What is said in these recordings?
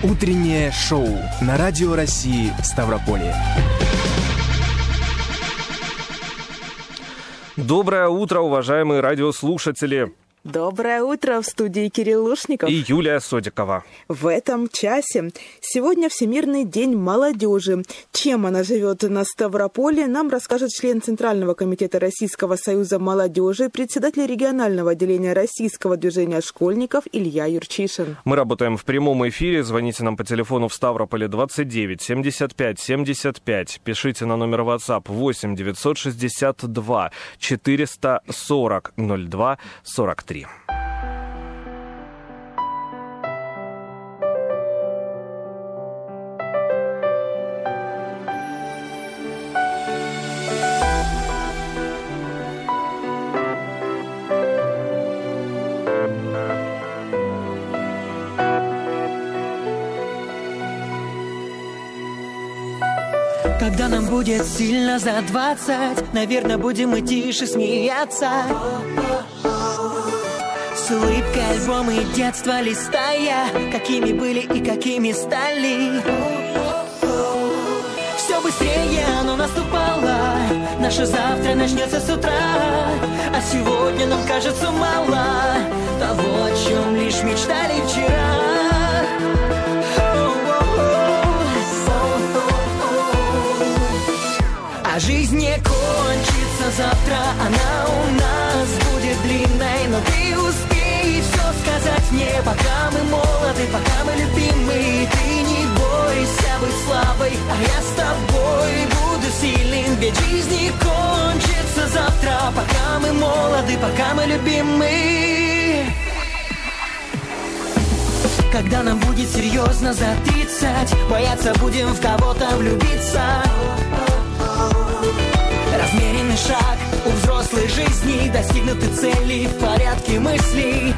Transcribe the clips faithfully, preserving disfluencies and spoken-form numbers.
Утреннее шоу на Радио России Ставрополье. Доброе утро, уважаемые радиослушатели. Доброе утро, в студии Кирилл Лушников и Юлия Содикова. В этом часе сегодня Всемирный день молодежи. Чем она живет на Ставрополе, нам расскажет член Центрального комитета Российского союза молодежи, председатель регионального отделения Российского движения школьников Илья Юрчишин. Мы работаем в прямом эфире. Звоните нам по телефону в Ставрополе двадцать девять семьдесят пять семьдесят пять. Пишите на номер WhatsApp восемь девятьсот шестьдесят два четыреста сорок ноль два сорок три. Когда нам будет сильно за двадцать, наверное, будем мы тише смеяться. С улыбкой альбомы детства листая, какими были и какими стали. Все быстрее оно наступало, наше завтра начнется с утра. А сегодня нам кажется мало того, о чем лишь мечтали вчера. А жизнь не кончится завтра, она у нас будет длинной. Но ты успей все сказать мне, пока мы молоды, пока мы любимы. Ты не бойся быть слабой, а я с тобой буду сильным. Ведь жизнь не кончится завтра, пока мы молоды, пока мы любимы. Когда нам будет серьезно за тридцать, бояться будем в кого-то влюбиться. Размеренный шаг у взрослой жизни, достигнуты цели в порядке мыслей.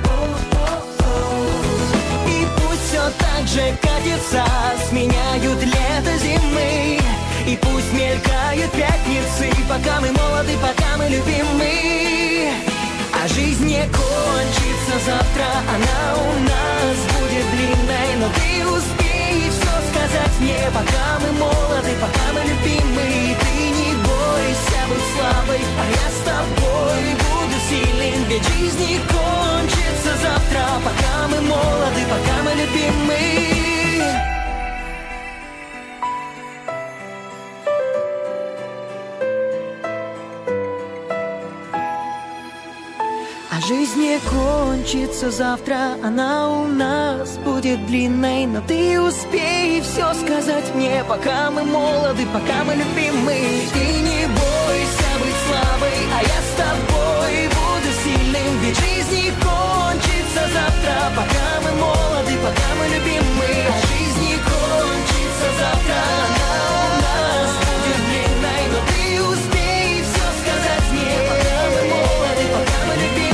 И пусть все так же катится, сменяют лето зимы. И пусть мелькают пятницы, пока мы молоды, пока мы любимы. А жизнь не кончится завтра, она у нас будет длинной. Но ты успей все сказать мне, пока мы молоды, пока мы любимы. Ты не бойся быть слабой, а я с тобой буду сильным. Ведь жизнь не кончится завтра, пока мы молоды, пока мы любимы. А жизнь не кончится завтра, она у нас будет длинной. Но ты успей все сказать мне, пока мы молоды, пока мы любимы. Ты не бойся быть слабой, а я с тобой буду сильным. Ведь жизнь не кончится завтра, пока мы молоды, пока мы любимы. А жизнь не кончится завтра, она у нас будет длинной. Но ты успей все сказать мне, пока мы молоды, пока мы любимы.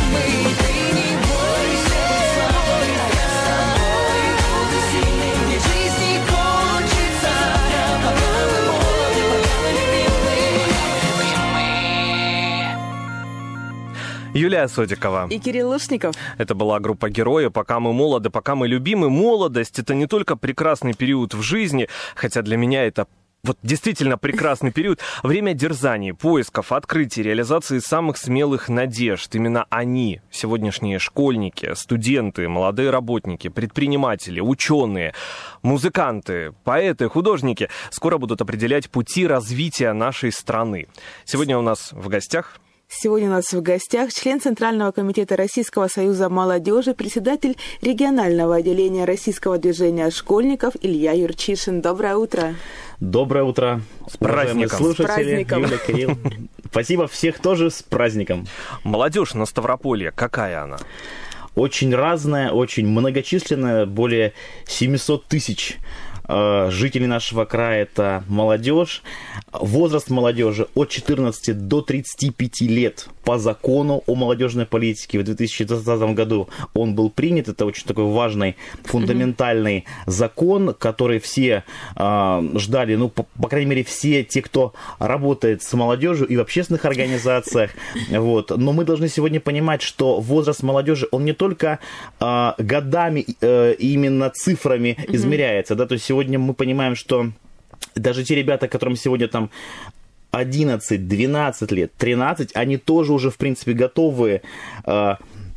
Юлия Содикова и Кирилл Лушников. Это была группа «Герои». Пока мы молоды, пока мы любимы. Молодость — это не только прекрасный период в жизни, хотя для меня это вот действительно прекрасный период. Время дерзаний, поисков, открытий, реализации самых смелых надежд. Именно они, сегодняшние школьники, студенты, молодые работники, предприниматели, ученые, музыканты, поэты, художники, скоро будут определять пути развития нашей страны. Сегодня у нас в гостях... Сегодня у нас в гостях член Центрального комитета Российского союза молодежи, председатель регионального отделения Российского движения школьников Илья Юрчишин. Доброе утро. Доброе утро, с праздником. Слушатели, с праздником. Юля, Кирилл. Спасибо, всех тоже с праздником. Молодежь на Ставрополье, какая она? Очень разная, очень многочисленная, более семьсот тысяч жителей нашего края — это молодежь. Возраст молодежи от четырнадцати до тридцати пяти лет по закону о молодежной политике. В две тысячи двадцатом году он был принят. Это очень такой важный, фундаментальный mm-hmm. закон, который все э, ждали, ну, по, по крайней мере, все те, кто работает с молодежью и в общественных организациях. Вот. Но мы должны сегодня понимать, что возраст молодежи, он не только э, годами, э, именно цифрами mm-hmm. измеряется. Да? То есть сегодня мы понимаем, что даже те ребята, которым сегодня там одиннадцать, двенадцать лет, тринадцать, они тоже уже, в принципе, готовы э,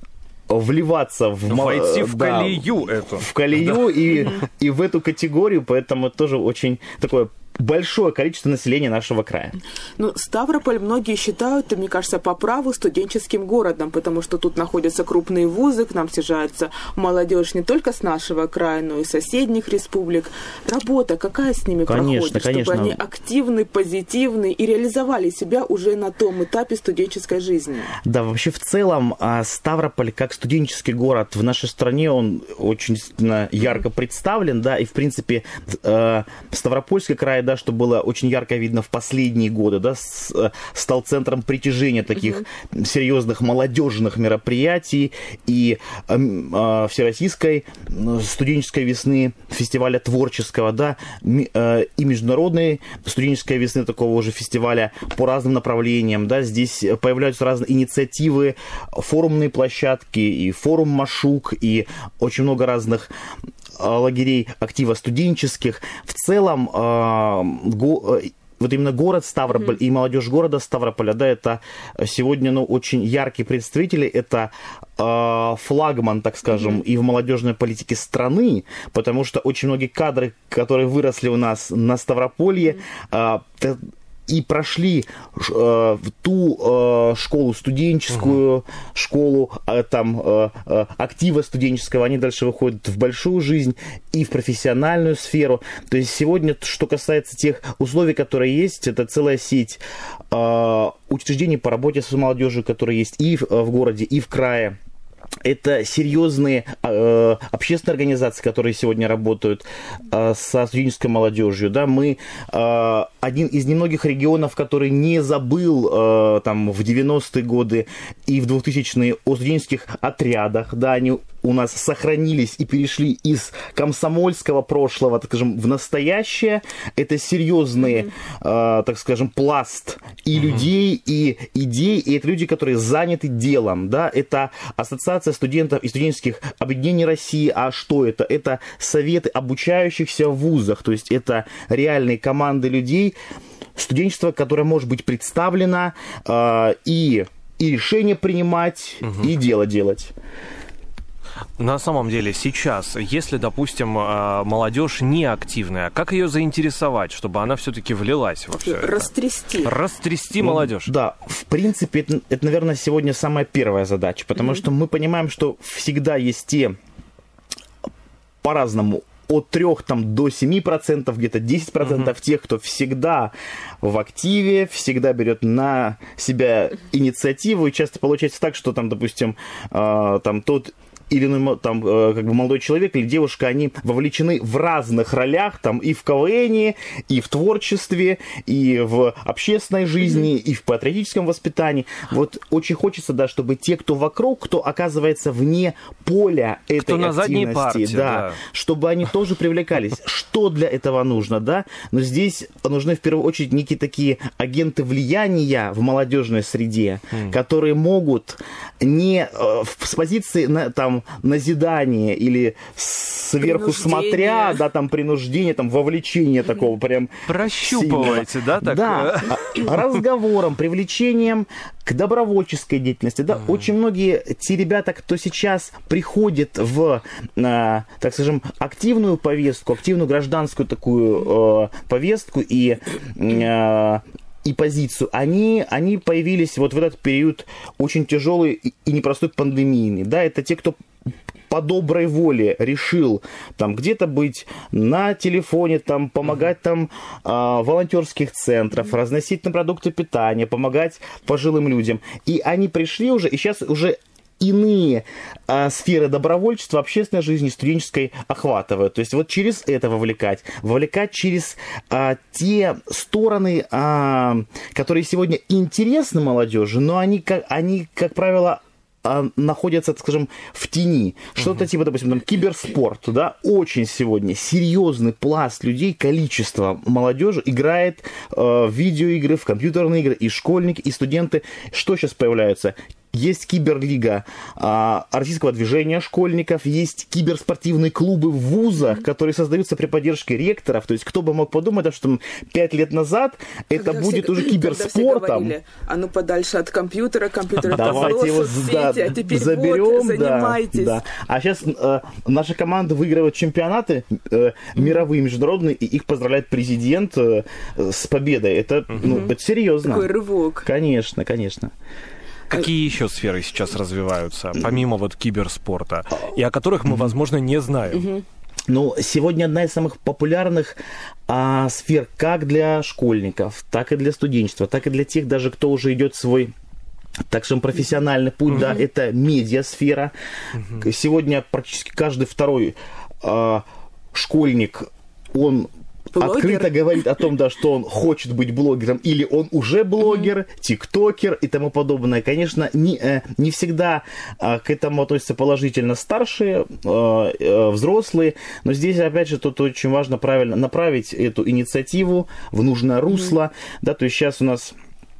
вливаться в... Войти в да, колею эту. В колею да. и, и в эту категорию, поэтому тоже очень такое большое количество населения нашего края. Ну, Ставрополь многие считают, мне кажется, по праву студенческим городом, потому что тут находятся крупные вузы, к нам съезжается молодежь не только с нашего края, но и соседних республик. Работа какая с ними конечно, проходит, конечно. чтобы они активны, позитивны и реализовали себя уже на том этапе студенческой жизни? Да, вообще в целом Ставрополь как студенческий город в нашей стране, он очень ярко mm-hmm. представлен, да, и в принципе Ставропольский край, да, что было очень ярко видно в последние годы, да, с, стал центром притяжения таких uh-huh. серьезных молодежных мероприятий и э, э, всероссийской студенческой весны, фестиваля творческого, да, э, и международной студенческой весны, такого уже фестиваля по разным направлениям, да, здесь появляются разные инициативы, форумные площадки, и форум Машук, и очень много разных лагерей актива студенческих. В целом, э, го, э, вот именно город Ставрополь mm-hmm. и молодежь города Ставрополя, да, это сегодня, ну, очень яркие представители, это э, флагман, так скажем, mm-hmm. и в молодежной политике страны, потому что очень многие кадры, которые выросли у нас на Ставрополье, mm-hmm. э, и прошли э, ту э, школу студенческую, угу. школу э, там, э, э, актива студенческого, они дальше выходят в большую жизнь и в профессиональную сферу. То есть сегодня, что касается тех условий, которые есть, это целая сеть э, учреждений по работе с молодежью, которые есть и в, в городе, и в крае. Это серьезные э, общественные организации, которые сегодня работают э, со студенческой молодежью. Да? Мы э, один из немногих регионов, который не забыл э, там, в девяностые годы и в двухтысячные о студенческих отрядах. Да? Они у нас сохранились и перешли из комсомольского прошлого, так скажем, в настоящее. Это серьезный, mm-hmm. э, так скажем, пласт и mm-hmm. людей, и идей, и это люди, которые заняты делом. Да? Это ассоциация студентов и студенческих объединений России. А что это? Это советы обучающихся в вузах, то есть это реальные команды людей, студенчество, которое может быть представлено э, и, и решения принимать, угу. и дело делать. На самом деле сейчас, если, допустим, молодежь неактивная, как ее заинтересовать, чтобы она все-таки влилась во все это? Растрясти. Растрясти молодежь. Ну, да, в принципе, это, это, наверное, сегодня самая первая задача, потому mm-hmm. что мы понимаем, что всегда есть те, по-разному, от трёх там, до семи процентов, где-то десять процентов uh-huh. тех, кто всегда в активе, всегда берет на себя инициативу, и часто получается так, что там, допустим, э, там тот или там, как бы молодой человек или девушка, они вовлечены в разных ролях, там и в КВНе, и в творчестве, и в общественной жизни, и в патриотическом воспитании. Вот очень хочется, да, чтобы те, кто вокруг, кто оказывается вне поля этой кто на задней партии, да, да, чтобы они тоже привлекались. Что для этого нужно, да? Но здесь нужны в первую очередь некие такие агенты влияния в молодежной среде, mm. которые могут не с позиции на, там, назидания или сверху смотря, да, там принуждение, там вовлечение такого прям прощупываете, сильного. Да, так? Да, разговором, привлечением к добровольческой деятельности, да, mm. очень многие те ребята, кто сейчас приходит в, а, так скажем, активную повестку, активную гражданскую такую э, повестку и э, и позицию, они, они появились вот в этот период очень тяжелый и непростой пандемийный. Да, это те, кто по доброй воле решил там где-то быть на телефоне, там помогать там э, волонтерских центров, разносить там продукты питания, помогать пожилым людям. И они пришли уже, и сейчас уже иные а, сферы добровольчества, общественной жизни, студенческой охватывают. То есть вот через это вовлекать. Вовлекать через а, те стороны, а, которые сегодня интересны молодежи, но они, как, они, как правило, находятся, так скажем, в тени. Что-то uh-huh. типа, допустим, там, киберспорт, да, очень сегодня серьезный пласт людей, количество молодежи играет э, в видеоигры, в компьютерные игры, и школьники, и студенты. Что сейчас появляется? Есть киберлига а, российского движения школьников, есть киберспортивные клубы в вузах, mm-hmm. которые создаются при поддержке ректоров. То есть кто бы мог подумать, что пять лет назад когда это будет все, уже киберспортом. А ну подальше от компьютера, компьютер давайте его да, а теперь заберем, вот, занимайтесь. Да, да. А сейчас э, наша команда выигрывает чемпионаты э, мировые, международные, и их поздравляет президент э, с победой. Это, mm-hmm. ну, это серьезно. Такой рывок. Конечно, конечно. Какие еще сферы сейчас развиваются, помимо вот киберспорта, и о которых мы, возможно, не знаем? Ну, сегодня одна из самых популярных а, сфер как для школьников, так и для студенчества, так и для тех даже, кто уже идет свой, так скажем, профессиональный путь, uh-huh. да, это медиасфера. Uh-huh. Сегодня практически каждый второй а, школьник, он... Блогер. Открыто говорит о том, да, что он хочет быть блогером, или он уже блогер, mm-hmm. тиктокер и тому подобное. Конечно, не, не всегда к этому относятся положительно старшие, взрослые, но здесь, опять же, тут очень важно правильно направить эту инициативу в нужное русло. Mm-hmm. Да, то есть сейчас у нас...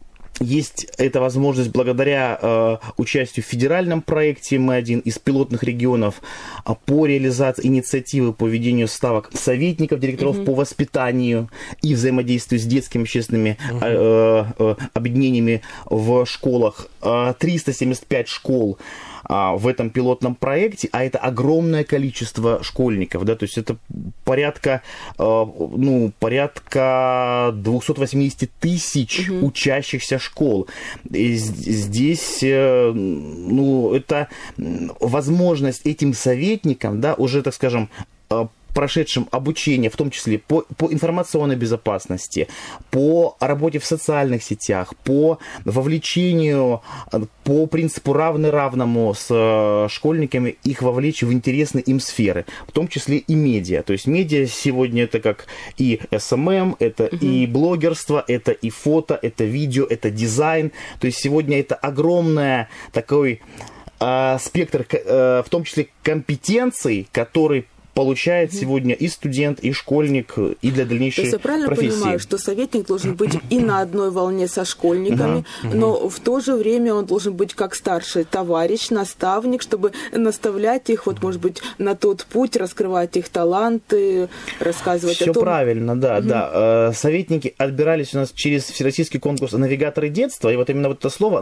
Есть эта возможность благодаря э, участию в федеральном проекте эм один из пилотных регионов э, по реализации инициативы по ведению ставок советников, директоров mm-hmm. по воспитанию и взаимодействию с детскими общественными mm-hmm. э, э, объединениями в школах. Э, триста семьдесят пять школ в этом пилотном проекте, а это огромное количество школьников, да, то есть это порядка, ну, порядка двести восемьдесят тысяч угу. учащихся школ. И здесь, ну, это возможность этим советникам, да, уже, так скажем, прошедшим обучение, в том числе по, по информационной безопасности, по работе в социальных сетях, по вовлечению, по принципу равный равному с школьниками, их вовлечь в интересные им сферы, в том числе и медиа. То есть медиа сегодня это как и эс эм эм, это угу. и блогерство, это и фото, это видео, это дизайн. То есть сегодня это огромный такой э, спектр, э, в том числе компетенций, который получает mm-hmm. сегодня и студент, и школьник, и для дальнейшей профессии. То есть я правильно профессии. понимаю, что советник должен быть и на одной волне со школьниками, mm-hmm. но в то же время он должен быть как старший товарищ, наставник, чтобы наставлять их, вот, может быть, на тот путь, раскрывать их таланты, рассказывать Все о том... Все правильно, да, mm-hmm. да. Советники отбирались у нас через всероссийский конкурс «Навигаторы детства», и вот именно вот это слово...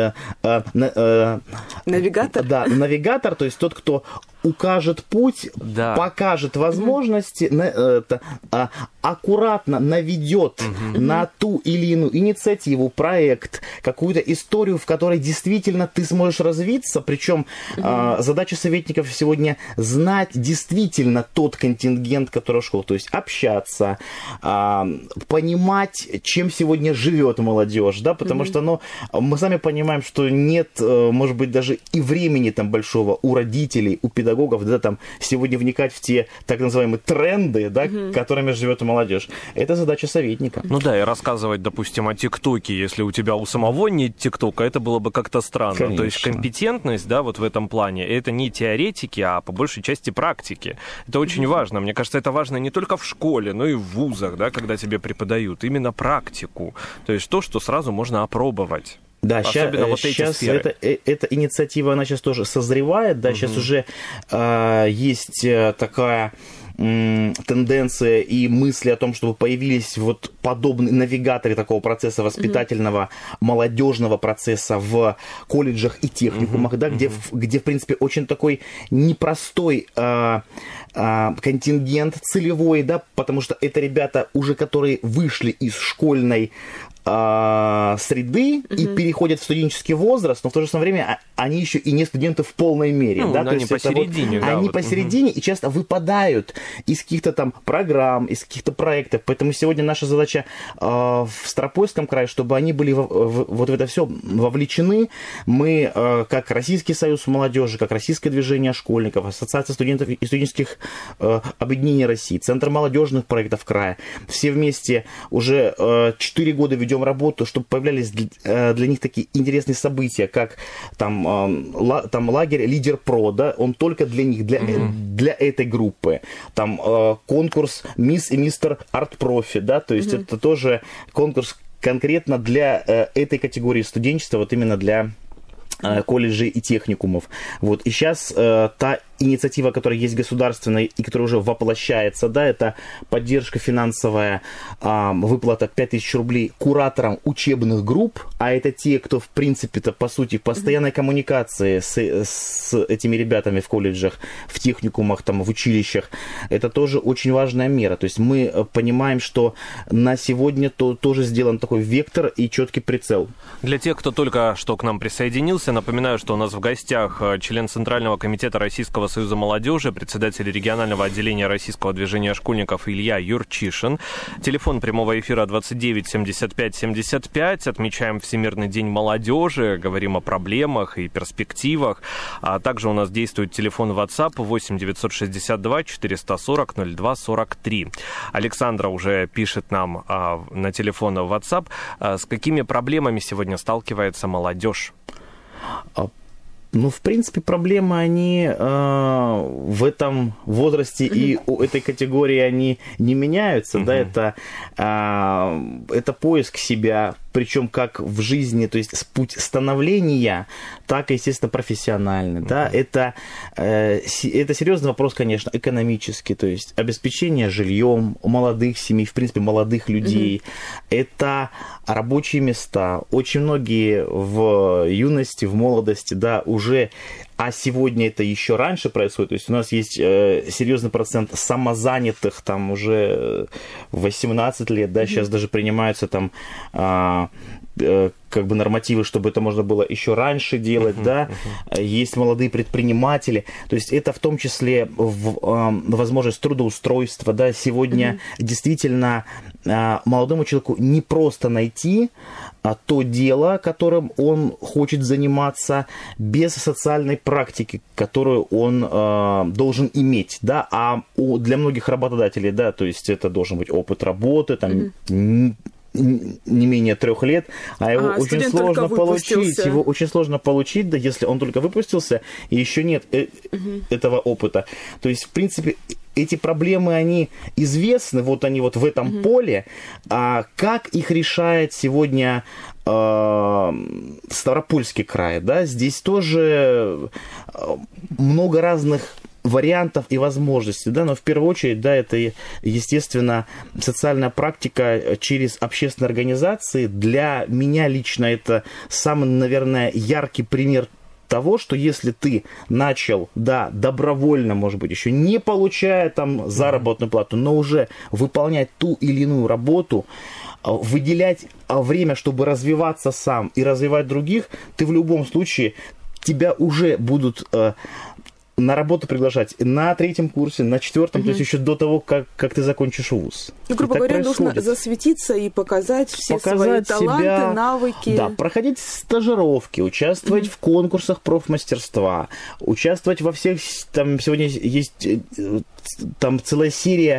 Навигатор? Да, навигатор, то есть тот, кто укажет путь, да. покажет возможности, mm-hmm. а, аккуратно наведет mm-hmm. на ту или иную инициативу, проект, какую-то историю, в которой действительно ты сможешь развиться. Причем mm-hmm. а, задача советников сегодня знать действительно тот контингент, который школ, то есть общаться, а, понимать, чем сегодня живет молодежь, да, потому mm-hmm. что, ну, мы сами понимаем, что нет, может быть, даже и времени там большого у родителей, у педагогов, да, там, сегодня вникать в те так называемые тренды, да, угу. которыми живет молодежь. Это задача советника. Ну да, и рассказывать, допустим, о ТикТоке, если у тебя у самого нет ТикТока, это было бы как-то странно. Конечно. То есть компетентность, да, вот в этом плане, это не теоретики, а по большей части практики. Это очень угу. важно. Мне кажется, это важно не только в школе, но и в вузах, да, когда тебе преподают именно практику. То есть то, что сразу можно опробовать. Да, ща, вот сейчас эта, эта инициатива, она сейчас тоже созревает, да, угу. сейчас уже э, есть такая м, тенденция и мысли о том, чтобы появились вот подобные навигаторы такого процесса воспитательного, угу. молодежного процесса в колледжах и техникумах, угу. да, где, угу. где, в принципе, очень такой непростой э, э, контингент целевой, да, потому что это ребята уже, которые вышли из школьной э, среды Мгм. и переходят в студенческий возраст, но в то же самое время а- они еще и не студенты в полной мере. Ну, да? они То есть это вот- посередине, да, Они вот. посередине и часто выпадают из каких-то там программ, из каких-то проектов. Поэтому сегодня наша задача э, в Ставропольском крае, чтобы они были в, в- вот в это все вовлечены. Мы, э, как Российский союз молодежи, как Российское движение школьников, Ассоциация студентов и студенческих э, объединений России, Центр молодежных проектов края, все вместе уже четыре года ведем работу, чтобы появлялись для, э, для них такие интересные события, как там, э, ла, там лагерь «Лидер Про», да, он только для них, для, Мгм. для этой группы. Там э, конкурс «Мисс и мистер Арт-Профи», да, то есть Мгм. это тоже конкурс конкретно для э, этой категории студенчества, вот именно для э, колледжей и техникумов. Вот. И сейчас э, та инициатива, которая есть государственная и которая уже воплощается, да, это поддержка финансовая, э, выплата пять тысяч рублей кураторам учебных групп, а это те, кто, в принципе-то, по сути, в постоянной коммуникации с, с этими ребятами в колледжах, в техникумах, там, в училищах, это тоже очень важная мера. То есть мы понимаем, что на сегодня то, тоже сделан такой вектор и четкий прицел. Для тех, кто только что к нам присоединился, напоминаю, что у нас в гостях член Центрального комитета Российского союза молодежи, председатель регионального отделения Российского движения школьников Илья Юрчишин. Телефон прямого эфира двадцать девять семьдесят пять семьдесят пять. Отмечаем Всемирный день молодежи, говорим о проблемах и перспективах. А также у нас действует телефон WhatsApp восемь девятьсот шестьдесят два четыреста сорок ноль два сорок три. Александра уже пишет нам а, на телефон WhatsApp, а, с какими проблемами сегодня сталкивается молодежь. Ну, в принципе, проблемы, они э, в этом возрасте и у этой категории, они не меняются, да, это, э, это поиск себя, причем как в жизни, то есть путь становления, так и, естественно, профессиональный, да, это, э, это серьезный вопрос, конечно, экономический, то есть обеспечение жильем молодых семей, в принципе, молодых людей, это рабочие места, очень многие в юности, в молодости, да, уже, а сегодня это еще раньше происходит, то есть у нас есть э, серьезный процент самозанятых, там уже восемнадцать лет, да, mm-hmm. сейчас даже принимаются там э, э, как бы нормативы, чтобы это можно было еще раньше делать, uh-huh, да, uh-huh. Есть молодые предприниматели, то есть это в том числе в, э, возможность трудоустройства, да, сегодня uh-huh. действительно э, молодому человеку не просто найти а, то дело, которым он хочет заниматься, без социальной практики, которую он э, должен иметь, да, а у, для многих работодателей, да, то есть это должен быть опыт работы, там, uh-huh. не менее трех лет, а его а, очень сложно получить. Его очень сложно получить, да, если он только выпустился, и еще нет э- угу. этого опыта. То есть, в принципе, эти проблемы, они известны, вот они вот в этом угу. поле. А как их решает сегодня э- Ставропольский край, да? Здесь тоже много разных вариантов и возможностей, да, но в первую очередь, да, это, естественно, социальная практика через общественные организации. Для меня лично это самый, наверное, яркий пример того, что если ты начал, да, добровольно, может быть, еще не получая там заработную плату, но уже выполнять ту или иную работу, выделять время, чтобы развиваться сам и развивать других, ты в любом случае, тебя уже будут на работу приглашать на третьем курсе, на четвертом, угу. то есть еще до того, как, как ты закончишь вуз. Ну, грубо говоря, нужно засветиться и показать все показать свои таланты, себя, навыки. Да, проходить стажировки, участвовать угу. в конкурсах профмастерства, участвовать во всех, там сегодня есть там целая серия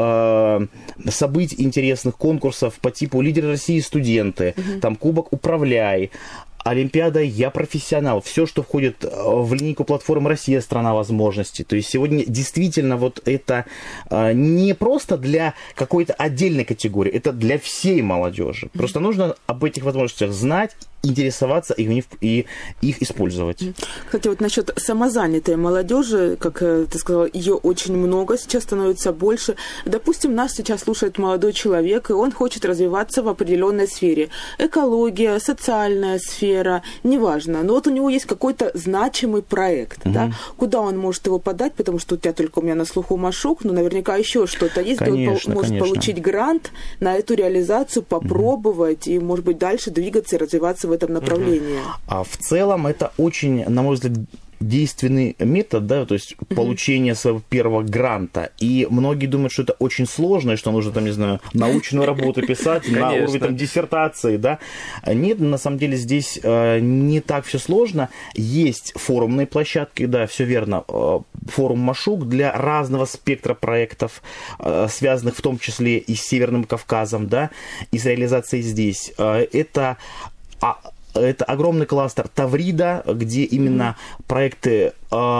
э, событий интересных, конкурсов по типу «Лидер России студенты», угу. там «Кубок Управляй», Олимпиада «Я профессионал», все, что входит в линейку платформы «Россия. Страна возможностей». То есть сегодня действительно вот это э, не просто для какой-то отдельной категории, это для всей молодежи. Просто нужно об этих возможностях знать интересоваться и, и их использовать. Кстати, вот насчет самозанятой молодежи, как ты сказала, ее очень много, сейчас становится больше. Допустим, нас сейчас слушает молодой человек, и он хочет развиваться в определенной сфере. Экология, социальная сфера, неважно. Но вот у него есть какой-то значимый проект, угу. да? Куда он может его подать, потому что у тебя только у меня на слуху Машук, но наверняка еще что-то есть, конечно, где он может конечно. получить грант на эту реализацию, попробовать угу. и, может быть, дальше двигаться и развиваться в этом направлении. А в целом это очень, на мой взгляд, действенный метод, да, то есть mm-hmm. получение своего первого гранта. И многие думают, что это очень сложно, и что нужно, там, не знаю, научную работу писать на уровне там, диссертации, да. Нет, на самом деле здесь э, не так все сложно. Есть форумные площадки, да, все верно. Э, форум Машук для разного спектра проектов, э, связанных в том числе и с Северным Кавказом, да, и с реализацией здесь. Э, это... А, Это огромный кластер Таврида, где именно mm-hmm. проекты э,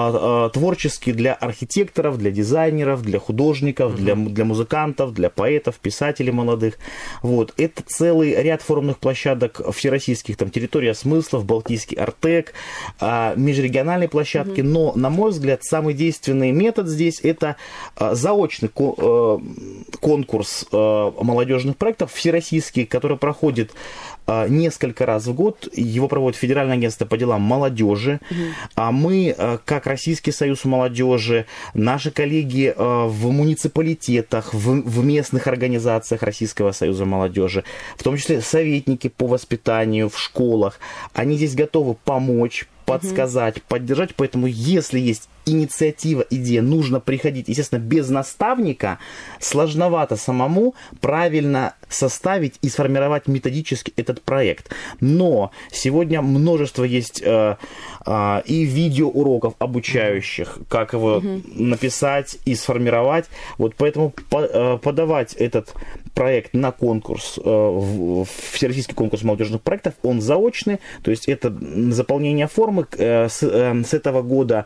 э, творческие для архитекторов, для дизайнеров, для художников, mm-hmm. для, для музыкантов, для поэтов, писателей молодых. Вот. Это целый ряд форумных площадок всероссийских, там, территория смыслов, Балтийский Артек, э, межрегиональные площадки. Mm-hmm. Но, на мой взгляд, самый действенный метод здесь это э, заочный ко- э, конкурс э, молодежных проектов всероссийский, который проходит э, несколько раз в год. Его проводит Федеральное агентство по делам молодежи. Mm-hmm. А мы, как Российский союз молодежи, наши коллеги в муниципалитетах, в, в местных организациях Российского союза молодежи, в том числе советники по воспитанию в школах, они здесь готовы помочь, подсказать, mm-hmm. поддержать. Поэтому, если есть инициатива, идея, нужно приходить, естественно, без наставника, сложновато самому правильно составить и сформировать методически этот проект. Но сегодня множество есть э, э, и видеоуроков обучающих, как его mm-hmm. написать и сформировать. Вот поэтому по, э, подавать этот проект на конкурс, э, в, в Всероссийский конкурс молодежных проектов, он заочный, то есть это заполнение формы э, с, э, с этого года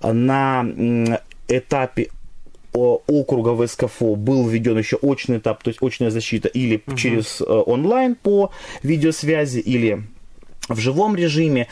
на этапе округа в СКФО был введен еще очный этап, то есть очная защита или угу. через онлайн по видеосвязи, или в живом режиме.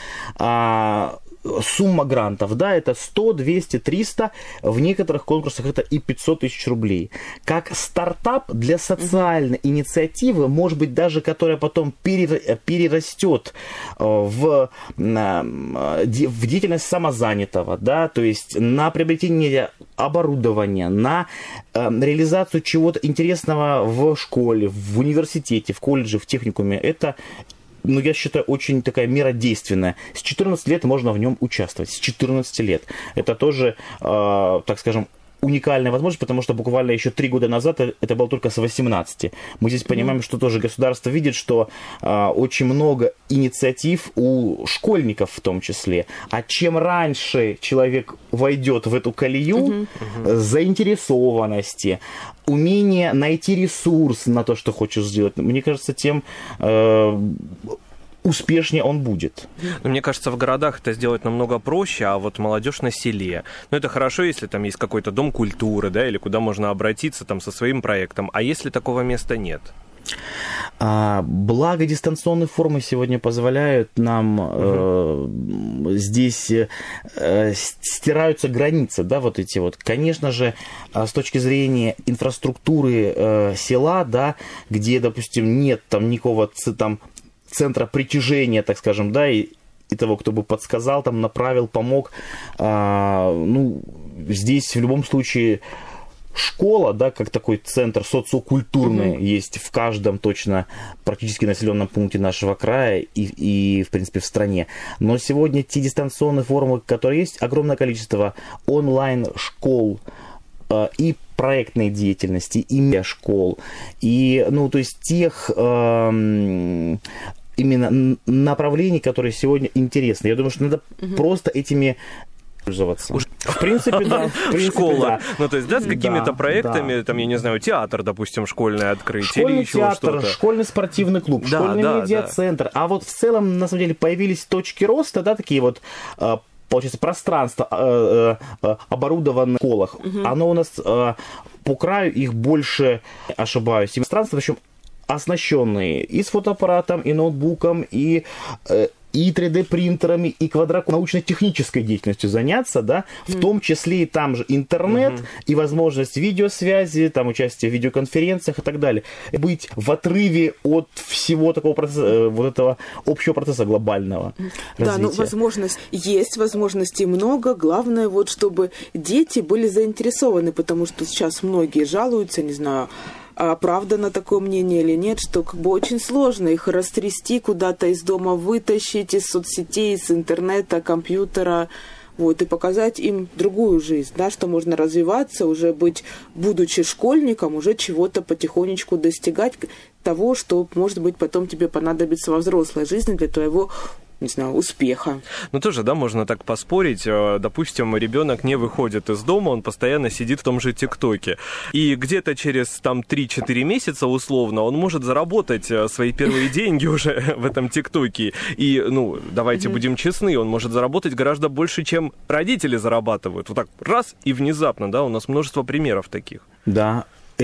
Сумма грантов, да, это сто, двести, триста, в некоторых конкурсах это и пятьсот тысяч рублей. Как стартап для социальной mm-hmm. инициативы, может быть, даже которая потом перерастет в, в деятельность самозанятого, да, то есть на приобретение оборудования, на реализацию чего-то интересного в школе, в университете, в колледже, в техникуме, это, ну, я считаю, очень такая мера действенная. С четырнадцати лет можно в нем участвовать. С четырнадцати лет. Это тоже, э, так скажем, уникальная возможность, потому что буквально еще три года назад это было только с восемнадцати. Мы здесь понимаем, mm-hmm. что тоже государство видит, что э, очень много инициатив у школьников в том числе. А чем раньше человек войдет в эту колею mm-hmm. Mm-hmm. заинтересованности, умение найти ресурс на то, что хочешь сделать, мне кажется, тем э, успешнее он будет. Но мне кажется, в городах это сделать намного проще, а вот молодежь на селе. Ну, это хорошо, если там есть какой-то дом культуры, да, или куда можно обратиться там со своим проектом. А если такого места нет? А, благо дистанционные формы сегодня позволяют нам угу. э, здесь э, стираются границы, да, вот эти вот. Конечно же, с точки зрения инфраструктуры э, села, да, где, допустим, нет там никакого там центра притяжения, так скажем, да, и, и того, кто бы подсказал, там, направил, помог. А, ну, здесь в любом случае школа, да, как такой центр социокультурный mm-hmm. есть в каждом точно практически населенном пункте нашего края и, и, в принципе, в стране. Но сегодня те дистанционные форумы, которые есть, огромное количество онлайн-школ э, и проектной деятельности, и школ, и, ну, то есть тех э, именно направлений, которые сегодня интересны. Я думаю, что надо угу. просто этими пользоваться. Уж... В принципе, да. В принципе, школа. Да. Ну, то есть, да, с какими-то да, проектами, да. там, я не знаю, театр, допустим, школьный открыть, школьный или еще театр, что-то. Школьный спортивный клуб, да, школьный да, медиацентр. Да. А вот в целом, на самом деле, появились точки роста, да, такие вот, получается, пространство, э, э, оборудованное в школах. Угу. Оно у нас э, по краю, их больше, ошибаюсь, пространство, в общем, оснащенные и с фотоаппаратом, и ноутбуком, и... и три дэ принтерами, и квадратной научно-технической деятельностью заняться, да, в mm. том числе и там же интернет, mm-hmm. и возможность видеосвязи, там участие в видеоконференциях и так далее. Быть в отрыве от всего такого процесса, вот этого общего процесса глобального да, развития. ну, возможность есть, возможностей много. Главное, вот, чтобы дети были заинтересованы, потому что сейчас многие жалуются, не знаю, а правда на такое мнение или нет, что как бы очень сложно их растрясти, куда-то из дома вытащить, из соцсетей, из интернета, компьютера, вот, и показать им другую жизнь, да, что можно развиваться, уже быть, будучи школьником, уже чего-то потихонечку достигать того, что, может быть, потом тебе понадобится во взрослой жизни для твоего, не знаю, успеха. Ну, тоже, да, можно так поспорить. Допустим, ребенок не выходит из дома, он постоянно сидит в том же ТикТоке. И где-то через там три-четыре месяца, условно, он может заработать свои первые деньги уже в этом ТикТоке. И, ну, давайте mm-hmm. будем честны, он может заработать гораздо больше, чем родители зарабатывают. Вот так раз и внезапно, да, у нас множество примеров таких. Да.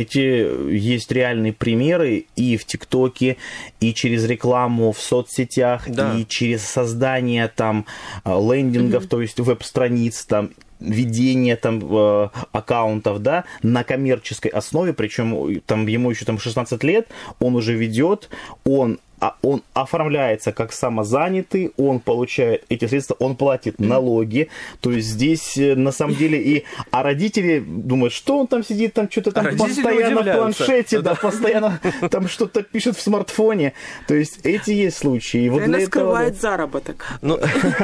Эти есть реальные примеры и в ТикТоке, и через рекламу в соцсетях, да. и через создание там лендингов, mm-hmm. то есть веб-страниц, там, ведение там э, аккаунтов, да, на коммерческой основе, причем там ему еще там шестнадцать лет, он уже ведет, он он оформляется как самозанятый, он получает эти средства, он платит налоги. То есть здесь на самом деле и... А родители думают, что он там сидит, там что-то там а постоянно в планшете, да, да, постоянно там что-то пишет в смартфоне. То есть эти есть случаи. Вот для этого скрывает заработок. Ну,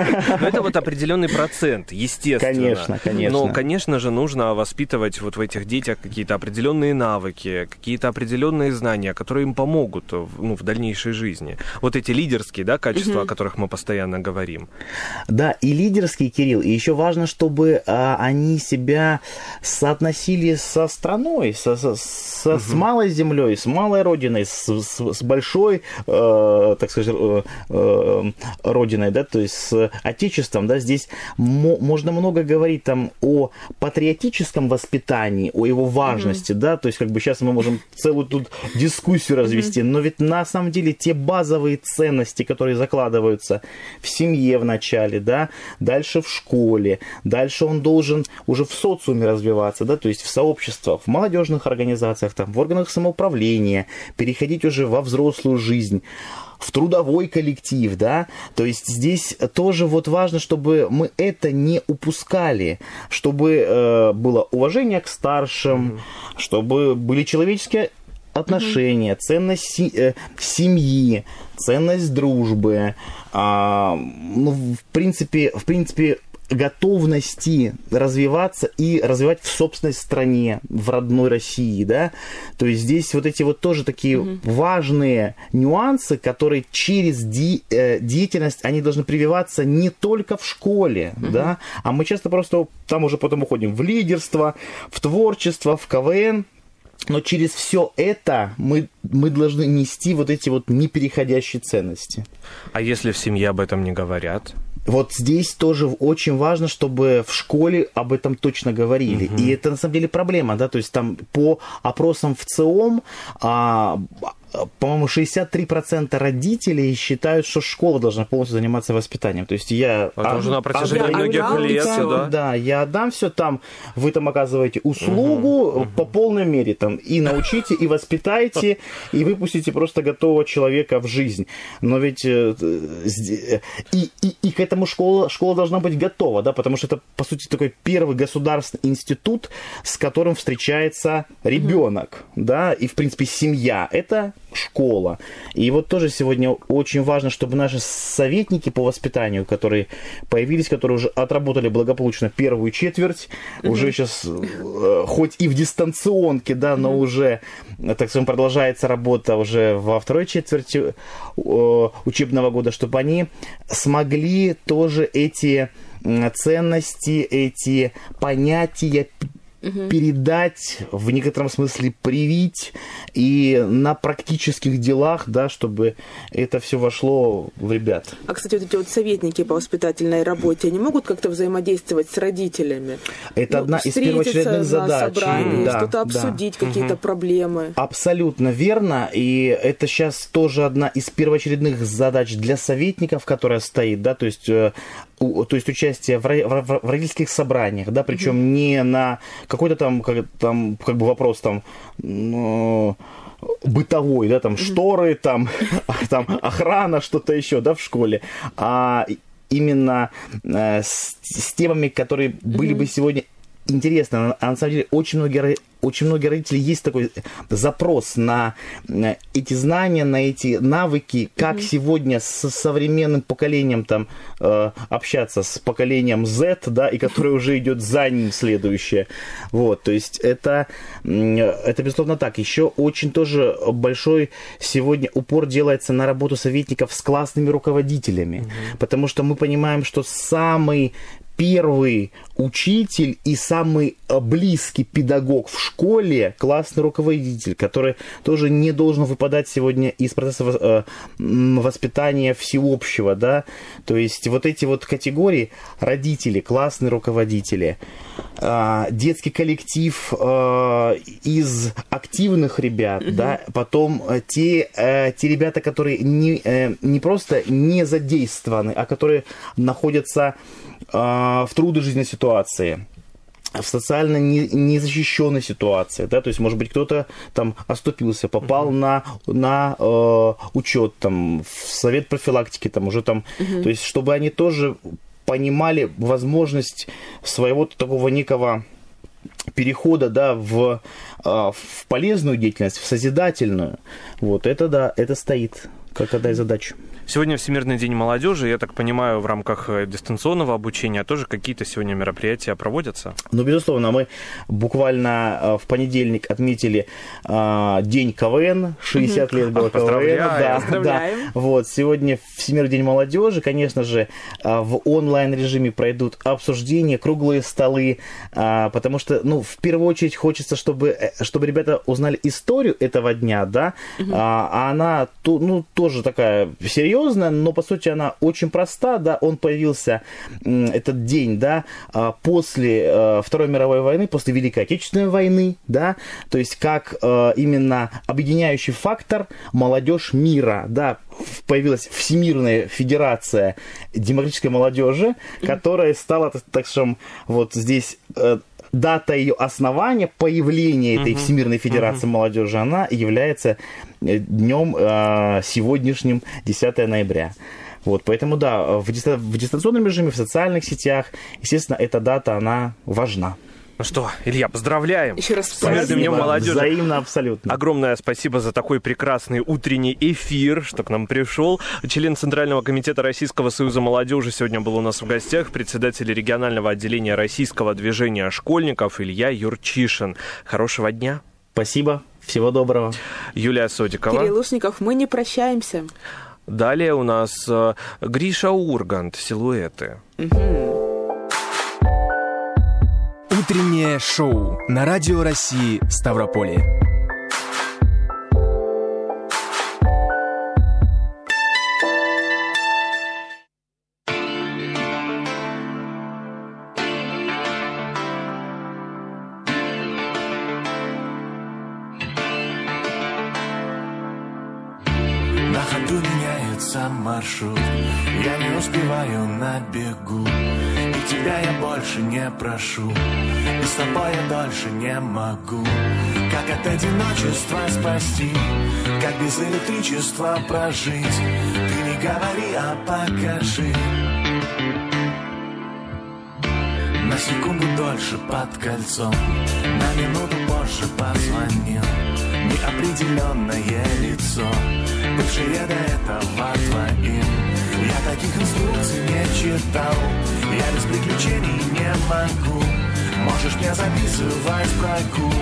это вот определенный процент, естественно. Конечно, конечно. Но, конечно же, нужно воспитывать вот в этих детях какие-то определенные навыки, какие-то определенные знания, которые им помогут, ну, в дальнейшей жизни. Вот эти лидерские, да, качества, uh-huh. о которых мы постоянно говорим. Да, и лидерские, Кирилл. И еще важно, чтобы а, они себя соотносили со страной, со, со, со, uh-huh. с малой землей, с малой родиной, с, с, с большой, э, так сказать, э, э, родиной, да, то есть с отечеством. Да, здесь мо- можно много говорить там о патриотическом воспитании, о его важности, uh-huh. да, то есть как бы сейчас мы можем целую тут дискуссию развести, uh-huh. но ведь на самом деле те базовые ценности, которые закладываются в семье в начале, да, дальше в школе, дальше он должен уже в социуме развиваться, да, то есть в сообществах, в молодежных организациях, там, в органах самоуправления, переходить уже во взрослую жизнь, в трудовой коллектив, да, то есть здесь тоже вот важно, чтобы мы это не упускали, чтобы э, было уважение к старшим, mm-hmm. чтобы были человеческие отношения, mm-hmm. ценность э, семьи, ценность дружбы, а, ну, в принципе, в принципе, готовности развиваться и развивать в собственной стране, в родной России, да, то есть здесь вот эти вот тоже такие mm-hmm. важные нюансы, которые через ди, э, деятельность, они должны прививаться не только в школе, mm-hmm. да, а мы часто просто там уже потом уходим в лидерство, в творчество, в ка вэ эн, но через все это мы, мы должны нести вот эти вот непереходящие ценности. А если в семье об этом не говорят? Вот здесь тоже очень важно, чтобы в школе об этом точно говорили. Угу. И это на самом деле проблема, да, то есть там по опросам в ЦИОМ, а, по-моему, шестьдесят три процента родителей считают, что школа должна полностью заниматься воспитанием. То есть я... Это уже на протяжении многих лет, да? Да, я отдам все там, вы там оказываете услугу угу. по полной мере, там, и научите, и воспитайте, и выпустите просто готового человека в жизнь. Но ведь и, и, и к этому школа, школа должна быть готова, да, потому что это, по сути, такой первый государственный институт, с которым встречается ребенок, угу. да, и, в принципе, семья. Это школа. И вот тоже сегодня очень важно, чтобы наши советники по воспитанию, которые появились, которые уже отработали благополучно первую четверть, mm-hmm. уже сейчас, э, хоть и в дистанционке, да, но mm-hmm. уже, так скажем, продолжается работа уже во второй четверти э, учебного года, чтобы они смогли тоже эти ценности, эти понятия угу. передать, в некотором смысле привить, и на практических делах, да, чтобы это все вошло в ребят. А, кстати, вот эти вот советники по воспитательной работе, они могут как-то взаимодействовать с родителями? Это ну, одна из первоочередных задач. Собрании, да, что-то обсудить, да. какие-то угу. проблемы. Абсолютно верно, и это сейчас тоже одна из первоочередных задач для советников, которая стоит, да, то есть, э, у, то есть участие в, в, в родительских собраниях, да, причем угу. не на какой-то там, как, там, как бы вопрос там, ну, бытовой, да, там, mm-hmm. шторы, там, там, охрана, что-то еще, да, в школе, а именно э, с, с темами, которые были mm-hmm. бы сегодня интересны. А на самом деле очень многие, очень многие родители есть такой запрос на эти знания, на эти навыки, как mm-hmm. сегодня с современным поколением там э, общаться, с поколением Z, да, и которое уже идет за ним следующее. Вот, то есть это, это безусловно так. Еще очень тоже большой сегодня упор делается на работу советников с классными руководителями, mm-hmm. потому что мы понимаем, что самый первый учитель и самый близкий педагог в школе — классный руководитель, который тоже не должен выпадать сегодня из процесса воспитания всеобщего, да, то есть вот эти вот категории: родители, классные руководители, детский коллектив из активных ребят, mm-hmm. да, потом те, те ребята, которые не, не просто не задействованы, а которые находятся в трудной жизненной ситуации, в социально незащищенной ситуации, да, то есть, может быть, кто-то там оступился, попал uh-huh. на, на э, учет, там, в совет профилактики, там, уже там, uh-huh. то есть, чтобы они тоже понимали возможность своего такого некого перехода, да, в, э, в полезную деятельность, в созидательную, вот, это, да, это стоит как одна из задач. Сегодня Всемирный день молодежи, я так понимаю, в рамках дистанционного обучения тоже какие-то сегодня мероприятия проводятся? Ну, безусловно, мы буквально в понедельник отметили а, день КВН, шестьдесят лет было КВН. Да, да. Вот, сегодня Всемирный день молодежи, конечно же, в онлайн-режиме пройдут обсуждения, круглые столы, а, потому что, ну, в первую очередь хочется, чтобы, чтобы ребята узнали историю этого дня, да, угу. а, а она, ну, тоже такая серьезная, но, по сути, она очень проста, да, он появился, этот день, да, после Второй мировой войны, после Великой Отечественной войны, да, то есть как именно объединяющий фактор молодежь мира, да, появилась Всемирная Федерация демократической молодежи, которая стала, так скажем, вот здесь... Дата ее основания, появления этой uh-huh. Всемирной Федерации uh-huh. молодежи, она является днем э, сегодняшним, десятого ноября. Вот, поэтому, да, в, диста- в дистанционном режиме, в социальных сетях, естественно, эта дата, она важна. Ну что, Илья, поздравляем. Еще раз с Днем молодежи. Взаимно, абсолютно. Огромное спасибо за такой прекрасный утренний эфир, что к нам пришел. Член Центрального комитета Российского союза молодежи сегодня был у нас в гостях, председатель регионального отделения Российского движения школьников Илья Юрчишин. Хорошего дня. Спасибо. Всего доброго. Юлия Содикова. Кирилл Лушников. Мы не прощаемся. Далее у нас э, Гриша Ургант. Силуэты. Угу. Утреннее шоу на Радио России Ставрополье. На ходу меняется маршрут, я не успеваю на бегу. И тебя я больше не прошу, и с тобой я дольше не могу. Как от одиночества спасти, как без электричества прожить. Ты не говори, а покажи. На секунду дольше под кольцом, на минуту позже позвонил. Неопределенное лицо, бывшее до этого твоим. Я таких инструкций не читал, я без приключений не могу. Можешь меня записывать в прогул.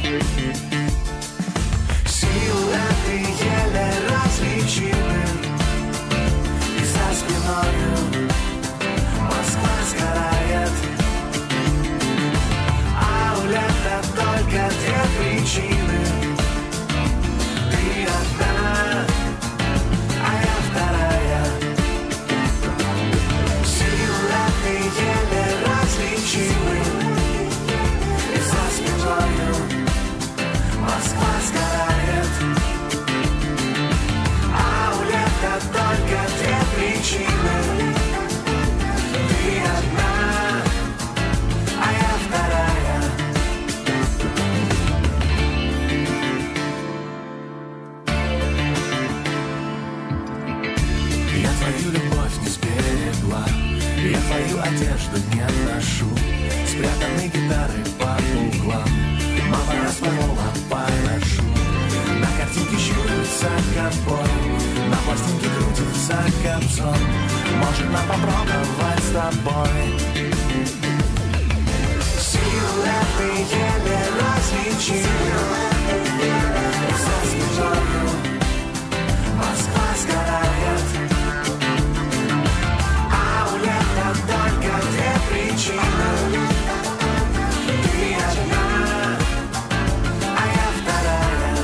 Силуэты еле различимы, и за спиною Москва сгорает, а у лет причины. И за спиною Москва сгорает, а у лета только две причины. Ты одна, а я вторая. Я твою любовь не сберегла, я твою одежду не ношу, спрятаны гитары по углам, мама распорола поношу. На картинке щурится ковбой, на пластинке крутится кобзон. Может, нам попробовать с тобой? Силуэты еле различимы. За спиною Москва сгорает, а у лета только две причины. Ты одна, а я вторая.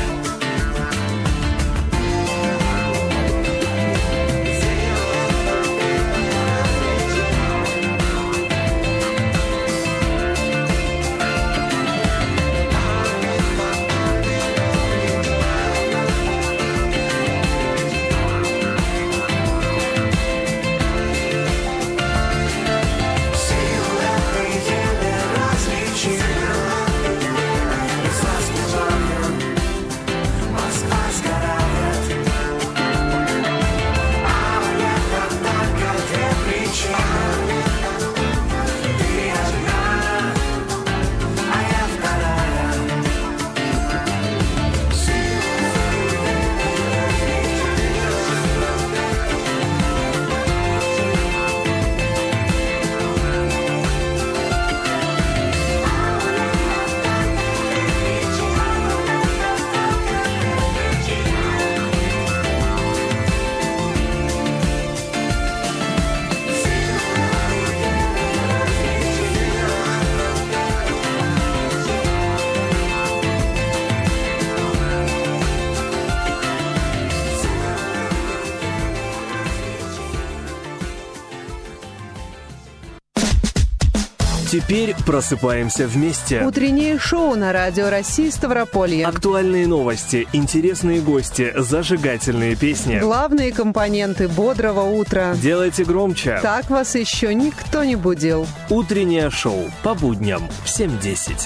Теперь просыпаемся вместе. Утреннее шоу на Радио России Ставрополье. Актуальные новости, интересные гости, зажигательные песни. Главные компоненты бодрого утра. Делайте громче. Так вас еще никто не будил. Утреннее шоу по будням в семь десять.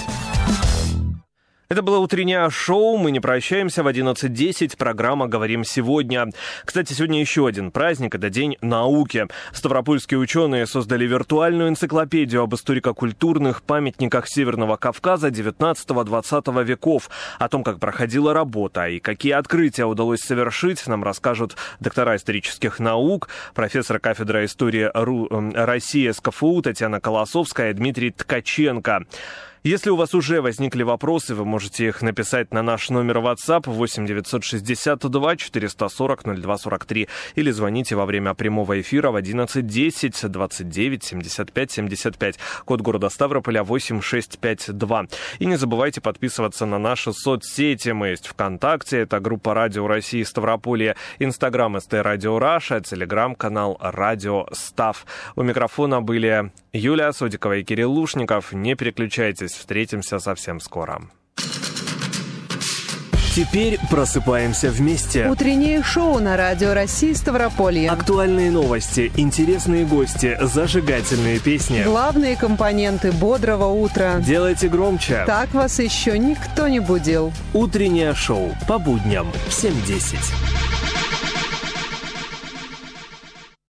Это было утреннее шоу. Мы не прощаемся. В одиннадцать десять программа «Говорим сегодня». Кстати, сегодня еще один праздник. Это День науки. Ставропольские ученые создали виртуальную энциклопедию об историко-культурных памятниках Северного Кавказа девятнадцатого-двадцатого веков. О том, как проходила работа и какие открытия удалось совершить, нам расскажут доктора исторических наук, профессор кафедры истории Ру... России СКФУ Татьяна Колосовская и Дмитрий Ткаченко. Если у вас уже возникли вопросы, вы можете их написать на наш номер WhatsApp восемь девятьсот шестьдесят два четыреста сорок ноль два сорок три или звоните во время прямого эфира в одиннадцать десять двадцать девять семьдесят пять семьдесят пять, код города Ставрополя восемь шесть пять два. И не забывайте подписываться на наши соцсети. Мы есть ВКонтакте, это группа Радио России Ставрополье, Инстаграм СТ Радио Раша, Телеграм-канал Радио Став. У микрофона были Юлия Содикова и Кирилл Лушников. Не переключайтесь. Встретимся совсем скоро. Теперь просыпаемся вместе. Утреннее шоу на Радио России Ставрополье. Актуальные новости, интересные гости, зажигательные песни. Главные компоненты бодрого утра. Делайте громче. Так вас еще никто не будил. Утреннее шоу по будням в семь десять.